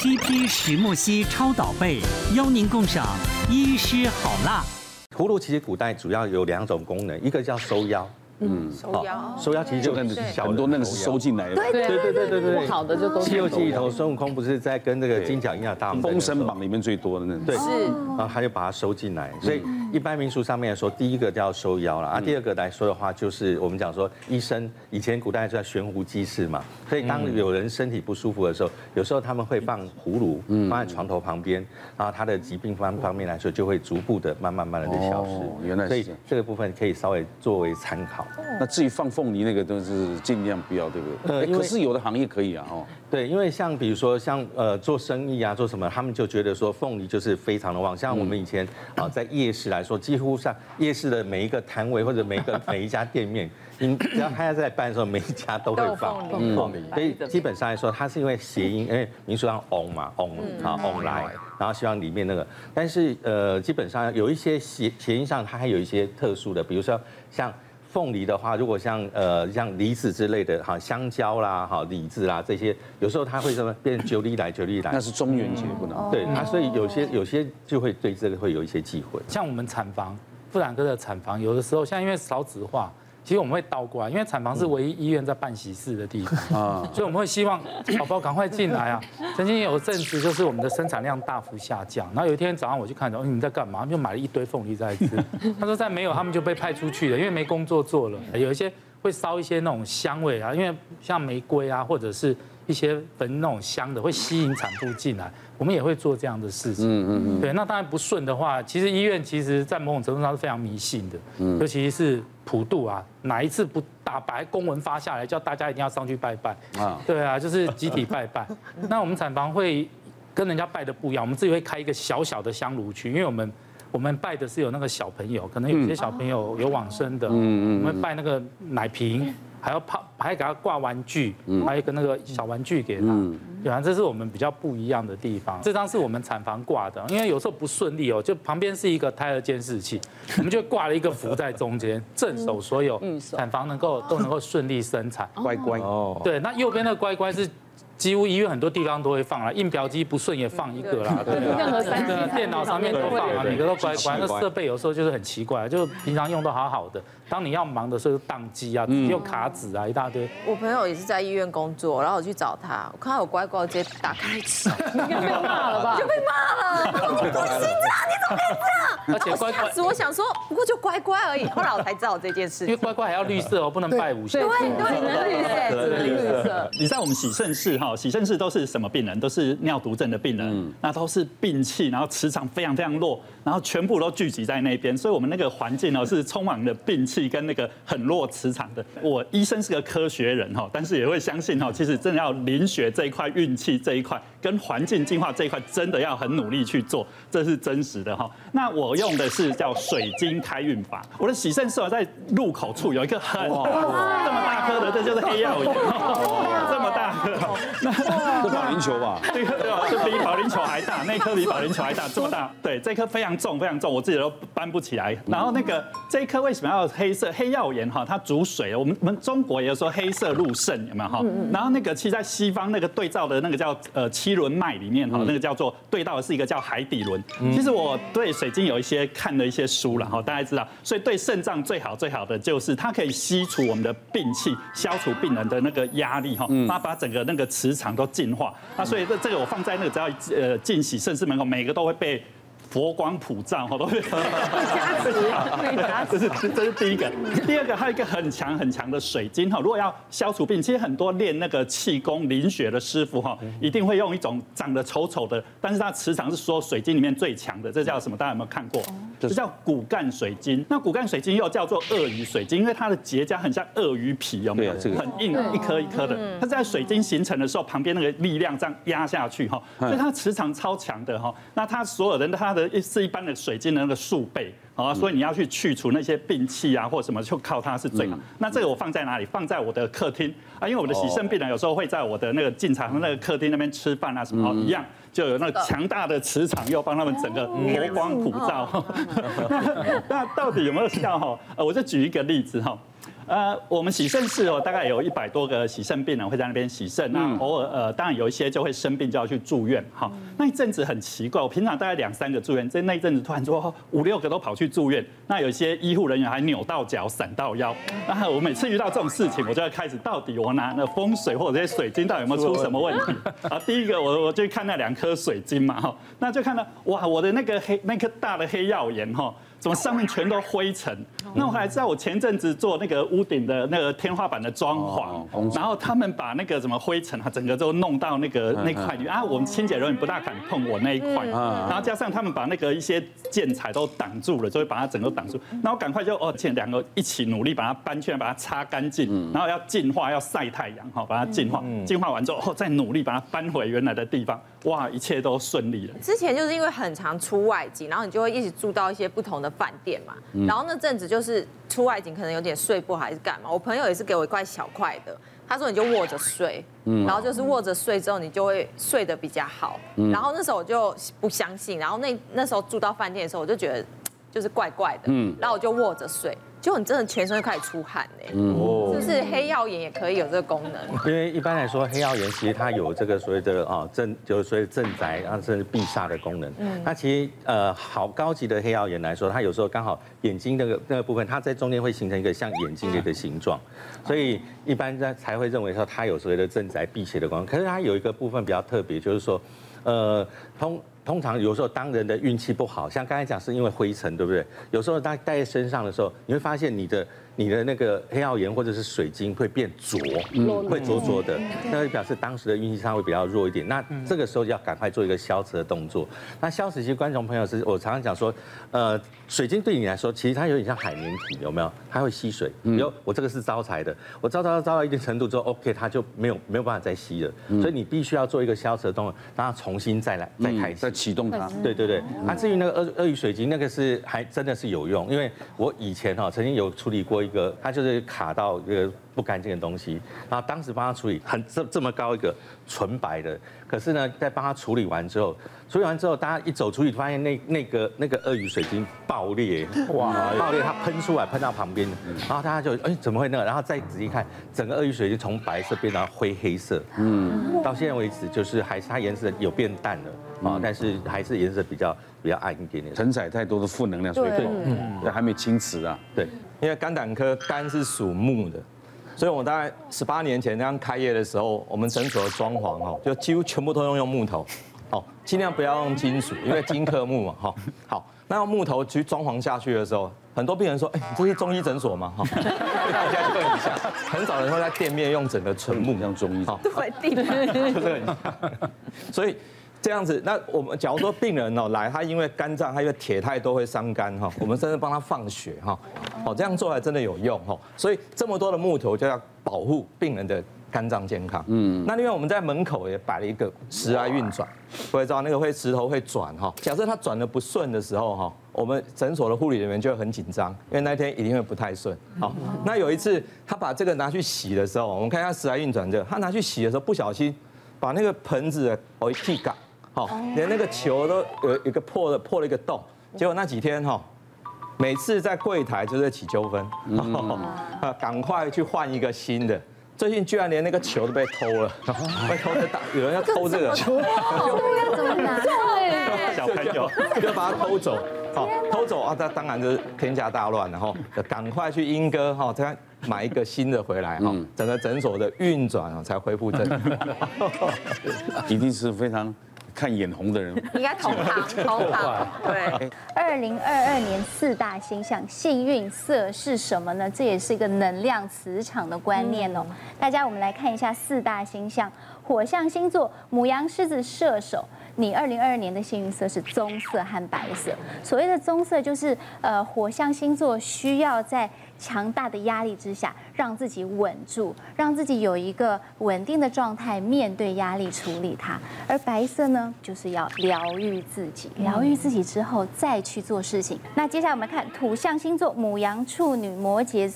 TP 石墨烯超导被，邀您共赏医师好辣。 葫芦其实古代主要有2种功能，一个叫收腰。收腰其实就跟很多那个是收进来的， 对， 好的就都 《西游记》里头孙悟空不是在跟那个金角银角大王 《封神榜》里面最多的那种， 对，然后他就把它收进来，所以一般民俗上面来说，第一个叫收腰了啊，第二个来说的话就是我们讲说医生以前古代叫悬壶济世嘛，所以当有人身体不舒服的时候，有时候他们会放葫芦放在床头旁边，然后他的疾病方面来说就会逐步的慢慢的消失， 原来是这样， 所以这个部分可以稍微作为参考。 那至于放凤梨那个都是尽量不要，对不对？可是有的行业可以啊，哦。 对，因为像比如说像做生意啊，做什么，他们就觉得说凤梨就是非常的旺。像我们以前在夜市来说，几乎上夜市的每一个摊位或者每一家店面，你只要开在办的时候，每一家都会放凤梨。所以基本上来说，它是因为谐音，因为民俗上翁嘛，翁来，然后希望里面那个，但是基本上有一些谐音上它还有一些特殊的，比如说像。凤梨的话，如果像梨子之类的哈，香蕉啦、哈李子啦这些，有时候它会什么变成九里来， 那是中元节不能。 对，它所以有些就会对这个会有一些忌讳。 像我们产房，妇产科的产房，有的时候像因为少子化。其实我们会倒过来，因为产房是唯一医院在办喜事的地方啊，所以我们会希望宝宝赶快进来啊。曾经有阵子就是我们的生产量大幅下降，然后有一天早上我去看到，你们在干嘛？他们就买了一堆凤梨在吃。他说再没有，他们就被派出去了，因为没工作做了。有一些会烧一些那种香味啊，因为像玫瑰啊，或者是一些焚那种香的，会吸引产妇进来。我们也会做这样的事情。对，那当然不顺的话，其实医院其实在某种程度上是非常迷信的，尤其是普渡啊，哪一次不把公文发下来，叫大家一定要上去拜拜啊？对啊，就是集体拜拜。那我们产房会跟人家拜的不一样，我们自己会开一个小小的香炉区，因为我们拜的是有那个小朋友，可能有些小朋友有往生的，我们会拜那个奶瓶。还给他挂玩具，还有一个那个小玩具给他，对啊，这是我们比较不一样的地方。这张是我们产房挂的，因为有时候不顺利哦，就旁边是一个胎儿监视器，我们就挂了一个符在中间，镇守所有产房都能够顺利生产。 乖乖哦，对，那右边的乖乖是。几乎医院很多地方都会放啦，印表机不顺也放一个啦， 任何3C 电脑上面都放啊，每个都乖乖。那设备有时候就是很奇怪，就平常用都好好的，当你要忙的时候就宕机啊，用卡纸啊一大堆。 我朋友也是在医院工作，然后我去找他，我看他有乖乖，我直接打开吃， 应该被骂了吧？ 就被骂了，不行啊，你怎么可以这样？ 而且乖乖， 我想说，不过就乖乖而已。后来我才知道这件事， 因为乖乖还要绿色哦，不能拜五行。 对，只能绿色。 你在我们喜盛室哈，喜盛室都是什么病人？都是尿毒症的病人，那都是病气，然后磁场非常非常弱，然后全部都聚集在那边，所以我们那个环境呢是充满了病气跟那个很弱磁场的。我医生是个科学人哈，但是也会相信哈，其实真的要灵学这一块、运气这一块跟环境净化这一块，真的要很努力去做，这是真实的哈。那我用的是叫水晶开运法，我的喜盛室在入口处有一个这么大颗的，这就是黑曜岩，这么大颗， 这保龄球吧？ 对吧？就比保龄球还大，那颗比保龄球还大，这么大。对，这颗非常重，非常重，我自己都搬不起来。然后这一颗为什么要黑色？黑曜岩哈，它主水。我们中国也有说黑色入肾，有没有哈？然后其实在西方那个对照的那个叫七轮脉里面哈，那个叫做对到的是一个叫海底轮。其实我对水晶有一些看了一些书了哈，大家知道，所以对肾脏最好的就是它可以吸除我们的病气，消除病人的那个压力哈，把整个那个磁场都净化。那所以这个我放在那个只要进喜盛室门口，每个都会被佛光普照，都会这是第一个。第二个还有一个很强的水晶哈，如果要消除病，其实很多练那个气功灵学的师傅哈，一定会用一种长得丑丑的，但是它磁场是所有水晶里面最强的，这叫什么？大家有没有看过？这叫骨干水晶。那骨干水晶又叫做鳄鱼水晶，因为它的结痂很像鳄鱼皮，有没有？很硬，一颗一颗的。它在水晶形成的时候，旁边那个力量这样压下去哈，所以它磁场超强的哈。那它所有人它的是一般的水晶的那个数倍。所以你要去去除那些病气啊或什么，就靠它是最好。那这个我放在哪里？放在我的客厅啊，因为我的喜肾病人有时候会在我的那个进场的那个客厅那边吃饭啊什么，一样就有那个强大的磁场，又帮他们整个佛光普照。那到底有没有效哈？我就举一个例子哈。 我们洗肾室大概有100多个洗肾病人会在那边洗肾，那偶尔当然有一些就会生病就要去住院。好，那一阵子很奇怪，我平常大概2、3个住院，那一阵子突然说5、6个都跑去住院，那有些医护人员还扭到脚、闪到腰。那我每次遇到这种事情，我就会开始到底我拿那风水或者这些水晶到底有没有出什么问题啊？第一个我就看那2颗水晶嘛，哈，那就看到哇，我的那颗大的黑曜岩哈。怎么上面全都灰尘？那我还知道，我前阵子做那个屋顶的那个天花板的装潢，然后他们把那个什么灰尘啊，整个都弄到那块里啊，我们清洁人员不大敢碰我那一块，然后加上他们把那个一些建材都挡住了，就会把它整个挡住。那我赶快就前2个一起努力把它搬去，把它擦干净，然后要净化，要晒太阳哈，把它净化，净化完之后再努力把它搬回原来的地方。哇，一切都顺利了。 之前就是因为很常出外景，然后你就会一起住到一些不同的饭店嘛，然后那阵子就是出外景可能有点睡不好还是干嘛，我朋友也是给我一块小块的，他说你就握着睡，然后就是握着睡之后你就会睡得比较好，然后那时候我就不相信，然后那时候住到饭店的时候我就觉得就是怪怪的，然后我就握着睡。结果你真的全身就开始出汗是不是黑曜岩也可以有这个功能？ 因为一般来说，黑曜岩其实它有这个所谓的就是所谓镇宅啊，甚至避煞的功能。那其实好高级的黑曜岩来说，它有时候刚好眼睛那个部分，它在中间会形成一个像眼睛的一个形状，所以一般才会认为说它有所谓的镇宅辟邪的功能。可是它有一个部分比较特别，就是说通常有时候当人的运气不好，像刚才讲是因为灰尘，对不对？有时候它带在身上的时候，你会发现你的那个黑曜岩或者是水晶会变浊，会浊浊的，那会表示当时的运气上会比较弱一点。那这个时候要赶快做一个消磁的动作。那消磁其实观众朋友我常常讲说，水晶对你来说其实它有点像海绵体，有没有？它会吸水。比如我这个是招财的，我招到一定程度之后 ，OK， 它就没有办法再吸了。所以你必须要做一个消磁的动作，让它重新再开始。 启动它， 对。至于那个鳄鱼水晶，那个是还真的是有用，因为我以前曾经有处理过一个，它就是卡到一个不干净的东西，然后当时帮他处理这么高一个纯白的，可是呢，在帮他处理完之后，大家一走出去，发现那个鳄鱼水晶爆裂，爆裂，它喷出来喷到旁边，然后大家就怎么会那个？然后再仔细看，整个鳄鱼水晶从白色变到灰黑色，到现在为止就是还是它颜色有变淡了。但是还是颜色比较暗一点点， 承载太多的负能量，所以还没清磁啊。 对，因为肝胆科肝是属木的，所以我大概18年前刚开业的时候，我们诊所的装潢就几乎全部都用木头，尽量不要用金属，因为金克木嘛，好，那用木头去装潢下去的时候，很多病人说，这是中医诊所嘛，那我现在就跟很像，很少人会在店面用整个纯木， 像中医， 对，地板就这个很像，所以。这样子，那我们假如说病人来，他因为肝脏，他因为铁太多会伤肝我们甚至帮他放血这样做还真的有用所以这么多的木头就要保护病人的肝脏健康。那另外我们在门口也摆了一个时来运转，各位知道那个石头会转假设它转的不顺的时候我们诊所的护理人员就会很紧张，因为那天一定会不太顺。那有一次他把这个拿去洗的时候，我们看一下时来运转这个，他拿去洗的时候不小心把那个盆子一气嘎。连那个球都有一个破了一个洞，结果那几天每次在柜台就在起纠纷，赶快去换一个新的。最近居然连那个球都被偷了，被偷着打，有人要偷这个球， 要怎么拿？ 小朋友就把它偷走，偷走啊，那当然就是天下大乱了赶快去莺歌再买一个新的回来整个诊所的运转才恢复正常。 一定是非常。看眼红的人， 应该同行，对。 2022年4大星象幸运色是什么呢？这也是一个能量磁场的观念哦。大家我们来看一下4大星象，火象星座牡羊、狮子、射手。你2022年的幸运色是棕色和白色。所谓的棕色就是火象星座需要在强大的压力之下，让自己稳住，让自己有一个稳定的状态面对压力，处理它。而白色呢，就是要疗愈自己，疗愈自己之后再去做事情。那接下来我们看土象星座牡羊、处女、摩羯座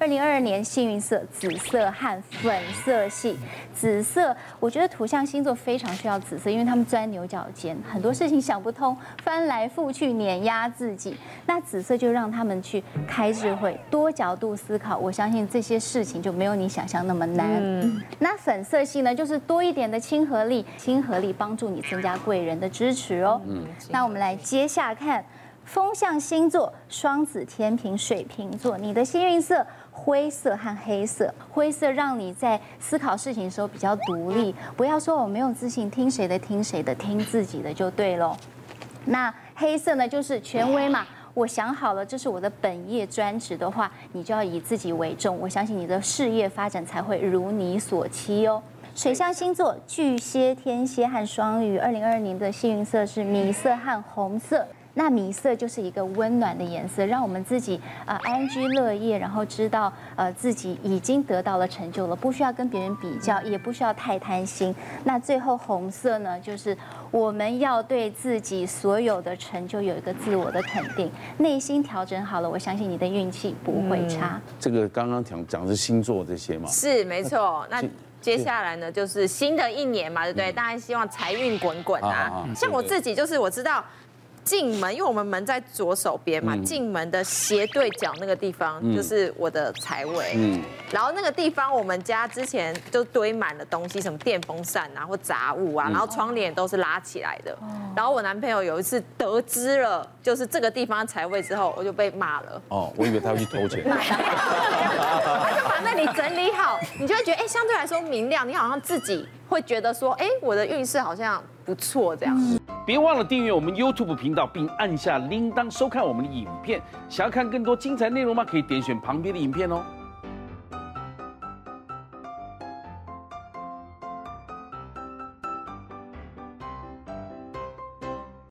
2022年幸运色紫色和粉色系。紫色，我觉得土象星座非常需要紫色，因为他们钻牛角尖，很多事情想不通，翻来覆去碾压自己。那紫色就让他们去开智慧，多角度思考。我相信这些事情就没有你想象那么难。那粉色系呢，就是多一点的亲和力，亲和力帮助你增加贵人的支持哦。那我们来接下看风象星座：双子、天秤、水瓶座。你的幸运色灰色和黑色，灰色让你在思考事情的时候比较独立，不要说我没有自信，听谁的听谁的，听自己的就对咯。那黑色呢，就是权威嘛。我想好了，这是我的本业专职的话，你就要以自己为重。我相信你的事业发展才会如你所期哦。水象星座：巨蟹、天蝎和双鱼。2022年的幸运色是米色和红色。那米色就是一个温暖的颜色，让我们自己安居乐业，然后知道自己已经得到了成就了，不需要跟别人比较，也不需要太贪心。那最后红色呢，就是我们要对自己所有的成就有一个自我的肯定，内心调整好了，我相信你的运气不会差。 这个刚刚讲的是星座这些嘛？ 是没错。那接下来呢，就是新的一年嘛，对不对？当然希望财运滚滚啊。像我自己就是我知道。进门，因为我们门在左手边嘛，进门的斜对角那个地方就是我的财位。然后那个地方我们家之前就堆满了东西，什么电风扇啊或杂物啊，然后窗帘都是拉起来的。然后我男朋友有一次得知了就是这个地方的财位之后，我就被骂了。 哦，我以为他要去偷钱。 他就把那里整理好，你就会觉得相对来说明亮，你好像自己会觉得说，我的运势好像不错这样。 别忘了订阅我们 YouTube 频道，并按下铃铛收看我们的影片。想要看更多精彩内容吗？可以点选旁边的影片哦。